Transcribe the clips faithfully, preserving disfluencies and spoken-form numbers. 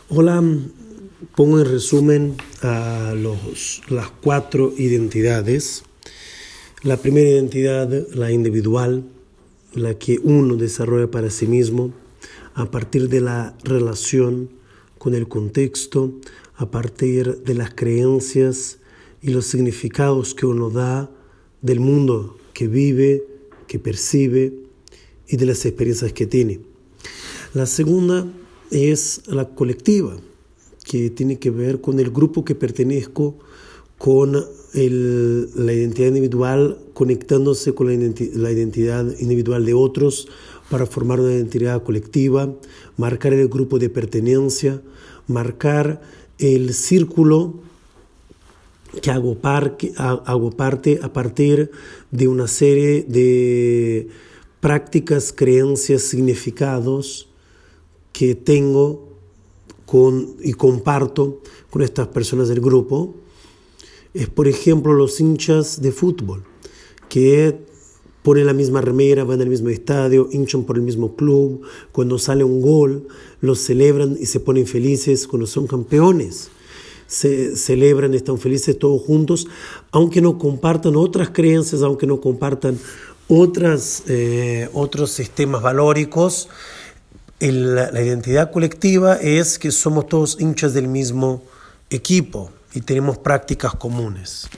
Hola, pongo en resumen a los, las cuatro identidades. La primera identidad, la individual, la que uno desarrolla para sí mismo a partir de la relación con el contexto, a partir de las creencias y los significados que uno da del mundo que vive, que percibe y de las experiencias que tiene. La segunda es la colectiva, que tiene que ver con el grupo que pertenezco, con el, la identidad individual, conectándose con la, identi- la identidad individual de otros para formar una identidad colectiva, marcar el grupo de pertenencia, marcar el círculo que hago, par, que hago parte a partir de una serie de prácticas, creencias, significados que tengo con, y comparto con estas personas del grupo. Es, por ejemplo, los hinchas de fútbol, que ponen la misma remera, van al mismo estadio, hinchan por el mismo club. Cuando sale un gol, los celebran y se ponen felices cuando son campeones. Se celebran, están felices todos juntos, aunque no compartan otras creencias, aunque no compartan otras, eh, otros sistemas valóricos. El, la identidad colectiva es que somos todos hinchas del mismo equipo y tenemos prácticas comunes.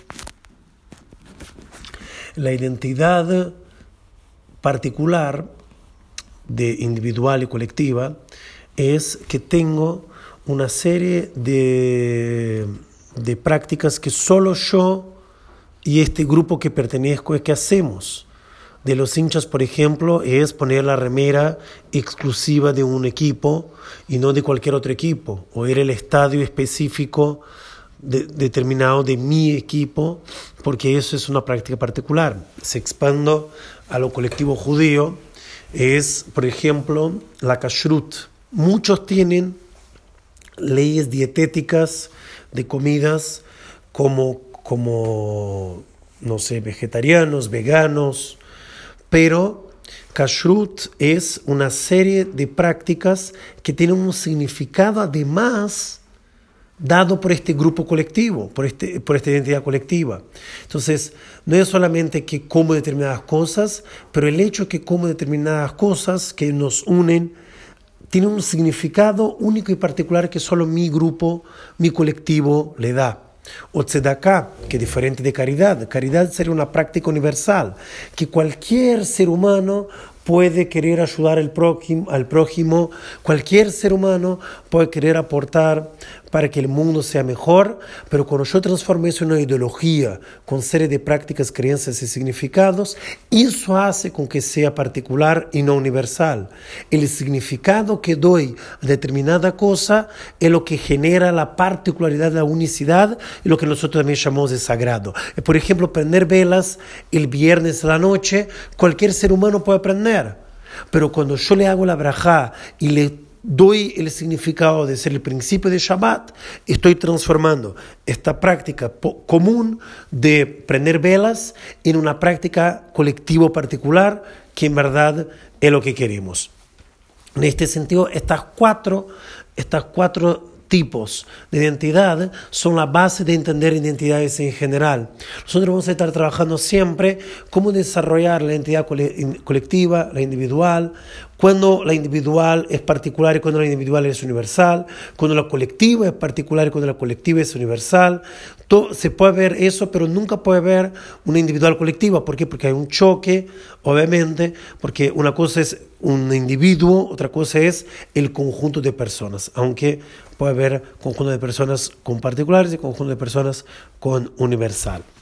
La identidad particular de individual y colectiva es que tengo una serie de, de prácticas que solo yo y este grupo que pertenezco es que hacemos. De los hinchas, por ejemplo, es poner la remera exclusiva de un equipo y no de cualquier otro equipo, o ir al estadio específico de, determinado de mi equipo, porque eso es una práctica particular. Se expando a lo colectivo judío, es, por ejemplo, la kashrut. Muchos tienen leyes dietéticas de comidas como, como no sé, vegetarianos, veganos, pero kashrut es una serie de prácticas que tienen un significado además dado por este grupo colectivo, por, este, por esta identidad colectiva. Entonces, no es solamente que como determinadas cosas, pero el hecho que como determinadas cosas que nos unen tiene un significado único y particular que solo mi grupo, mi colectivo le da. O tzedakah, que es diferente de caridad. Caridad sería una práctica universal, que cualquier ser humano puede querer ayudar al prójimo, al prójimo, cualquier ser humano puede querer aportar para que el mundo sea mejor, pero cuando yo transformo eso en una ideología, con serie de prácticas, creencias y significados, eso hace con que sea particular y no universal. El significado que doy a determinada cosa es lo que genera la particularidad, la unicidad y lo que nosotros también llamamos de sagrado. Por ejemplo, prender velas el viernes a la noche, cualquier ser humano puede prender. Pero cuando yo le hago la brajá y le doy el significado de ser el principio de Shabbat, estoy transformando esta práctica po- común de prender velas en una práctica colectivo particular que en verdad es lo que queremos. En este sentido, estas cuatro, estas cuatro tipos de identidad son la base de entender identidades en general. Nosotros vamos a estar trabajando siempre cómo desarrollar la identidad cole- colectiva, la individual, cuando la individual es particular y cuando la individual es universal, cuando la colectiva es particular y cuando la colectiva es universal. Todo, se puede ver eso, pero nunca puede haber una individual colectiva. ¿Por qué? Porque hay un choque, obviamente, porque una cosa es un individuo, otra cosa es el conjunto de personas, aunque puede haber conjunto de personas con particulares y conjunto de personas con universal.